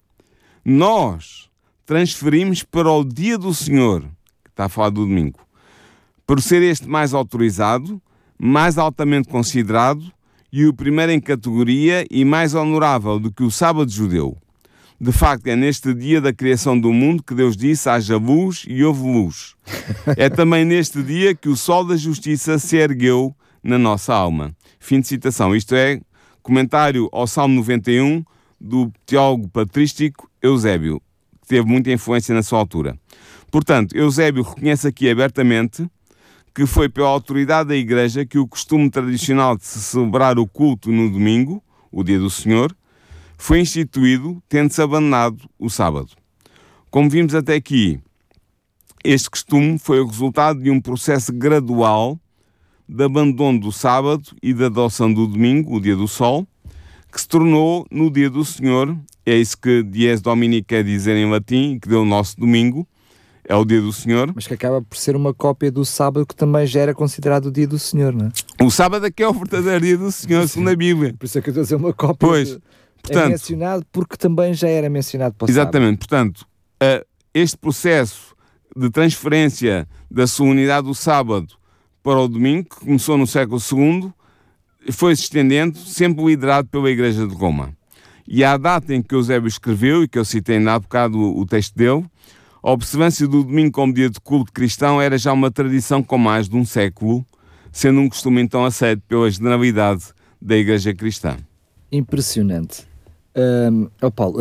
nós transferimos para o dia do Senhor, que está a falar do domingo, por ser este mais autorizado, mais altamente considerado e o primeiro em categoria e mais honorável do que o sábado judeu. De facto, é neste dia da criação do mundo que Deus disse, haja luz e houve luz. É também neste dia que o sol da justiça se ergueu na nossa alma. Fim de citação. Isto é comentário ao Salmo 91 do teólogo patrístico Eusébio, que teve muita influência na sua altura. Portanto, Eusébio reconhece aqui abertamente que foi pela autoridade da Igreja que o costume tradicional de se celebrar o culto no domingo, o dia do Senhor, foi instituído, tendo-se abandonado o sábado. Como vimos até aqui, este costume foi o resultado de um processo gradual de abandono do sábado e da adoção do domingo, o dia do sol, que se tornou no dia do Senhor, é isso que Dies Domini quer dizer em latim, que deu o nosso domingo, é o dia do Senhor. Mas que acaba por ser uma cópia do sábado que também já era considerado o dia do Senhor, não é? O sábado é que é o verdadeiro dia do Senhor, segundo a Bíblia. Por isso é que eu estou a dizer uma cópia. Pois, portanto, é mencionado porque também já era mencionado para o exatamente, portanto, este processo de transferência da solenidade do sábado para o domingo, que começou no século II, foi se estendendo, sempre liderado pela Igreja de Roma. E à data em que Eusébio escreveu, e que eu citei ainda há bocado o texto dele, a observância do domingo como dia de culto cristão era já uma tradição com mais de um século, sendo um costume então aceito pela generalidade da Igreja cristã. Impressionante. Paulo,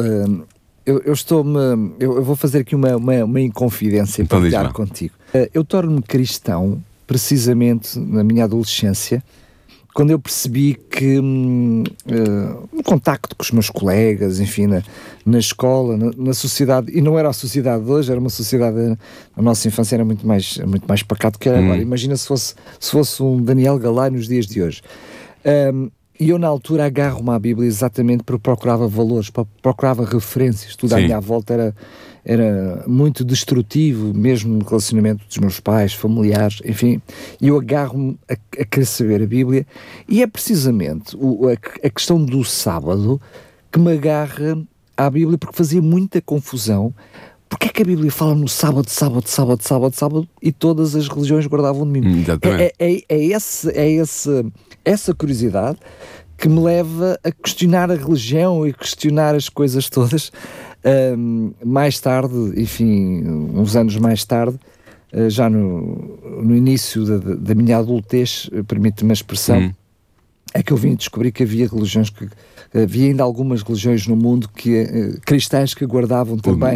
eu vou fazer aqui uma inconfidência para partilhar contigo. Eu torno-me cristão precisamente na minha adolescência, quando eu percebi que no contacto com os meus colegas, enfim, na escola, na sociedade, e não era a sociedade de hoje, era uma sociedade, a nossa infância era muito mais pacato que era agora. Imagina se fosse um Daniel Galay nos dias de hoje. E eu na altura agarro-me à Bíblia exatamente porque procurava valores, procurava referências, tudo à minha volta era muito destrutivo, mesmo no relacionamento dos meus pais, familiares, enfim, e eu agarro-me a querer saber a Bíblia, e é precisamente a questão do sábado que me agarra à Bíblia, porque fazia muita confusão. Porque é que a Bíblia fala no sábado, e todas as religiões guardavam o domingo? Essa curiosidade que me leva a questionar a religião e questionar as coisas todas. Mais tarde, enfim, uns anos mais tarde, já no início da minha adultez, permite-me a expressão, é que eu vim descobrir que havia religiões havia ainda algumas religiões no mundo cristãs que guardavam também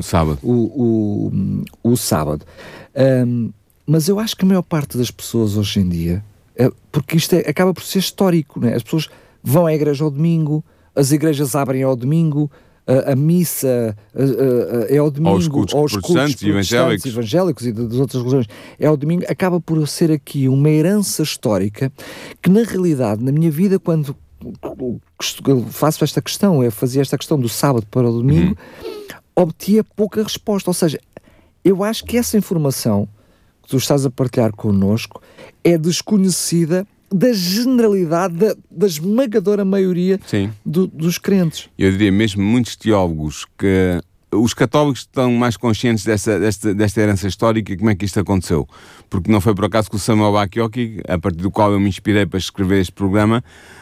o sábado. Mas eu acho que a maior parte das pessoas hoje em dia, porque isto acaba por ser histórico, não é? As pessoas vão à igreja ao domingo, as igrejas abrem ao domingo, a missa é ao domingo, aos cultos protestantes evangélicos e das outras religiões é ao domingo. Acaba por ser aqui uma herança histórica que, na realidade, na minha vida, quando faço esta questão, eu fazia esta questão do sábado para o domingo, obtia pouca resposta. Ou seja, eu acho que essa informação que tu estás a partilhar connosco é desconhecida da generalidade, da esmagadora maioria dos crentes. Eu diria mesmo muitos teólogos que os católicos estão mais conscientes desta herança histórica e como é que isto aconteceu. Porque não foi por acaso que o Samuel Bacchiocchi, a partir do qual eu me inspirei para escrever este programa,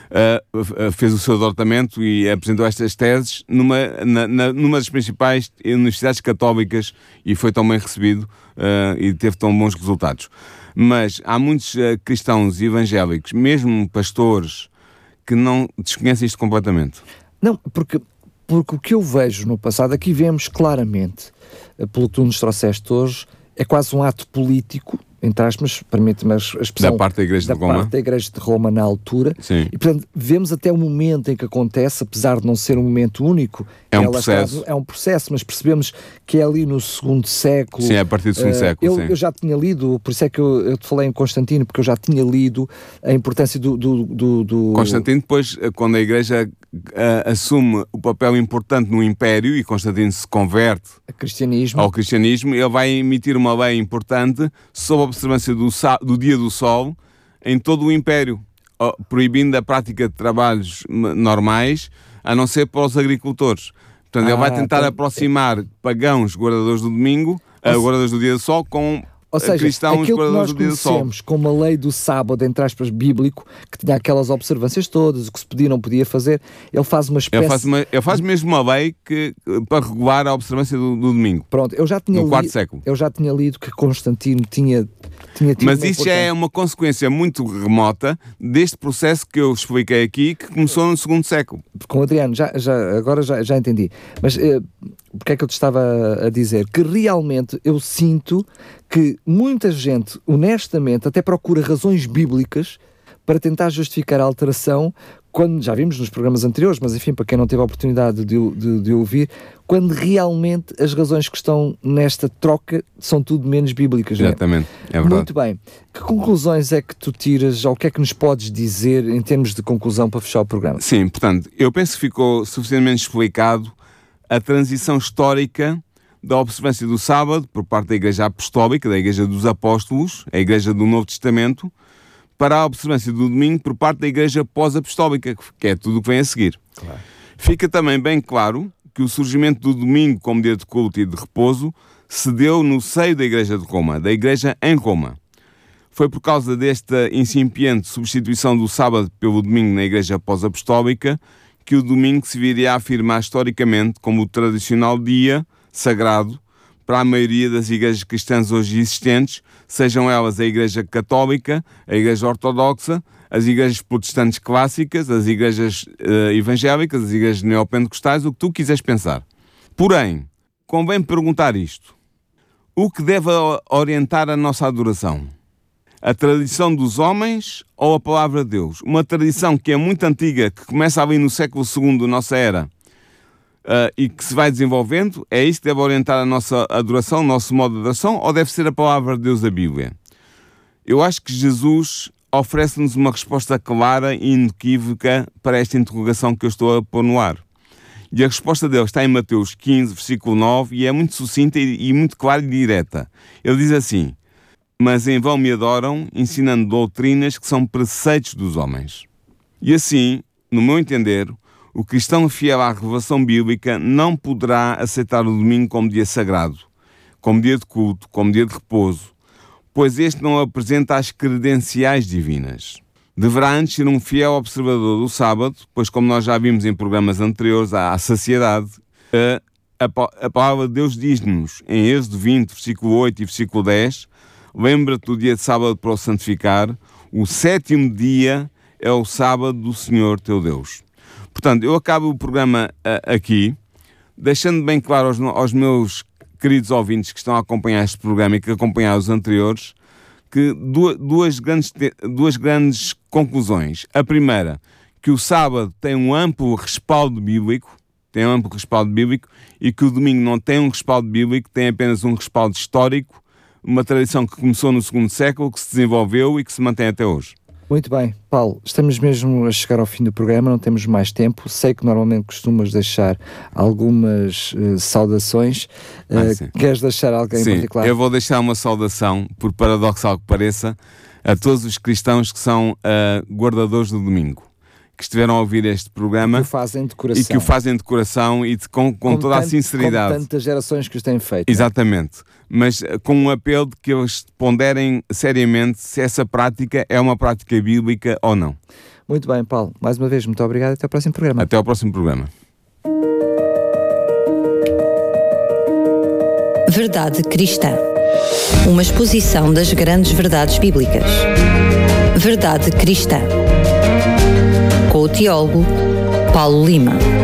fez o seu doutoramento e apresentou estas teses numa das principais universidades católicas e foi tão bem recebido e teve tão bons resultados. Mas há muitos cristãos evangélicos, mesmo pastores, que não desconhecem isto completamente. Não, porque o que eu vejo no passado, aqui vemos claramente, pelo que tu nos trouxeste hoje, é quase um ato político, entre aspas, permite-me a expressão, da parte da Igreja de Roma. Da parte da Igreja de Roma na altura. Sim. E, portanto, vemos até o momento em que acontece, apesar de não ser um momento único. É um processo. É um processo, mas percebemos que é ali no segundo século. Sim, é a partir do segundo século, sim. Eu já tinha lido, por isso é que eu te falei em Constantino, porque eu já tinha lido a importância do... Constantino, depois, quando a Igreja assume o papel importante no Império e Constantino se converte ao cristianismo, ele vai emitir uma lei importante sob a observância do dia do sol em todo o Império, proibindo a prática de trabalhos normais, a não ser para os agricultores. Portanto, ele vai tentar aproximar pagãos guardadores do domingo, guardadores do dia do sol, com... Ou seja, cristãos aquilo que nós conhecemos como a lei do sábado, entre aspas, bíblico, que tinha aquelas observâncias todas, o que se podia e não podia fazer, ele faz uma espécie... Ele faz mesmo uma lei para regular a observância do domingo. Pronto, eu já tinha no quarto século. Eu já tinha lido que Constantino tinha mas isso já é uma consequência muito remota deste processo que eu expliquei aqui, que começou no segundo século. Com o Adriano, agora já entendi. Mas porque é que eu te estava a dizer? Que realmente eu sinto que muita gente, honestamente, até procura razões bíblicas para tentar justificar a alteração, quando já vimos nos programas anteriores, mas enfim, para quem não teve a oportunidade de ouvir, quando realmente as razões que estão nesta troca são tudo menos bíblicas. Exatamente, é verdade. Muito bem. Que conclusões é que tu tiras, ou o que é que nos podes dizer em termos de conclusão para fechar o programa? Sim, portanto, eu penso que ficou suficientemente explicado a transição histórica da observância do sábado por parte da Igreja Apostólica, da Igreja dos Apóstolos, a Igreja do Novo Testamento, para a observância do domingo por parte da Igreja pós-apostólica, que é tudo o que vem a seguir. Claro. Fica também bem claro que o surgimento do domingo como dia de culto e de repouso se deu no seio da Igreja de Roma, da Igreja em Roma. Foi por causa desta incipiente substituição do sábado pelo domingo na Igreja pós-apostólica que o domingo se viria a afirmar historicamente como o tradicional dia sagrado para a maioria das igrejas cristãs hoje existentes, sejam elas a Igreja Católica, a Igreja Ortodoxa, as igrejas protestantes clássicas, as igrejas evangélicas, as igrejas neopentecostais, o que tu quiseres pensar. Porém, convém perguntar isto. O que deve orientar a nossa adoração? A tradição dos homens ou a palavra de Deus? Uma tradição que é muito antiga, que começa ali no século II da nossa era, e que se vai desenvolvendo, é isso que deve orientar a nossa adoração, o nosso modo de adoração, ou deve ser a palavra de Deus, a Bíblia? Eu acho que Jesus oferece-nos uma resposta clara e inequívoca para esta interrogação que eu estou a pôr no ar. E a resposta dele está em Mateus 15, versículo 9, e é muito sucinta e muito clara e direta. Ele diz assim: mas em vão me adoram, ensinando doutrinas que são preceitos dos homens. E assim, no meu entender, o cristão fiel à revelação bíblica não poderá aceitar o domingo como dia sagrado, como dia de culto, como dia de repouso, pois este não apresenta as credenciais divinas. Deverá antes ser um fiel observador do sábado, pois como nós já vimos em programas anteriores à saciedade, a palavra de Deus diz-nos, em Êxodo 20, versículo 8 e versículo 10, lembra-te do dia de sábado para o santificar, o sétimo dia é o sábado do Senhor teu Deus. Portanto, eu acabo o programa aqui, deixando bem claro aos meus queridos ouvintes que estão a acompanhar este programa e que acompanharam os anteriores, que duas grandes conclusões. A primeira, que o sábado tem um amplo respaldo bíblico, e que o domingo não tem um respaldo bíblico, tem apenas um respaldo histórico, uma tradição que começou no segundo século, que se desenvolveu e que se mantém até hoje. Muito bem, Paulo, estamos mesmo a chegar ao fim do programa, não temos mais tempo. Sei que normalmente costumas deixar algumas saudações. Queres deixar alguém em particular? Eu vou deixar uma saudação, por paradoxal que pareça, a todos os cristãos que são guardadores do domingo. que estiveram a ouvir este programa. Que o fazem de coração. E que o fazem de coração e com toda a sinceridade. Com tantas gerações que os têm feito. Exatamente. Mas com um apelo de que eles ponderem seriamente se essa prática é uma prática bíblica ou não. Muito bem, Paulo. Mais uma vez, muito obrigado e até ao próximo programa. Até ao próximo programa. Verdade Cristã. Uma exposição das grandes verdades bíblicas. Verdade Cristã. Com o teólogo Paulo Lima.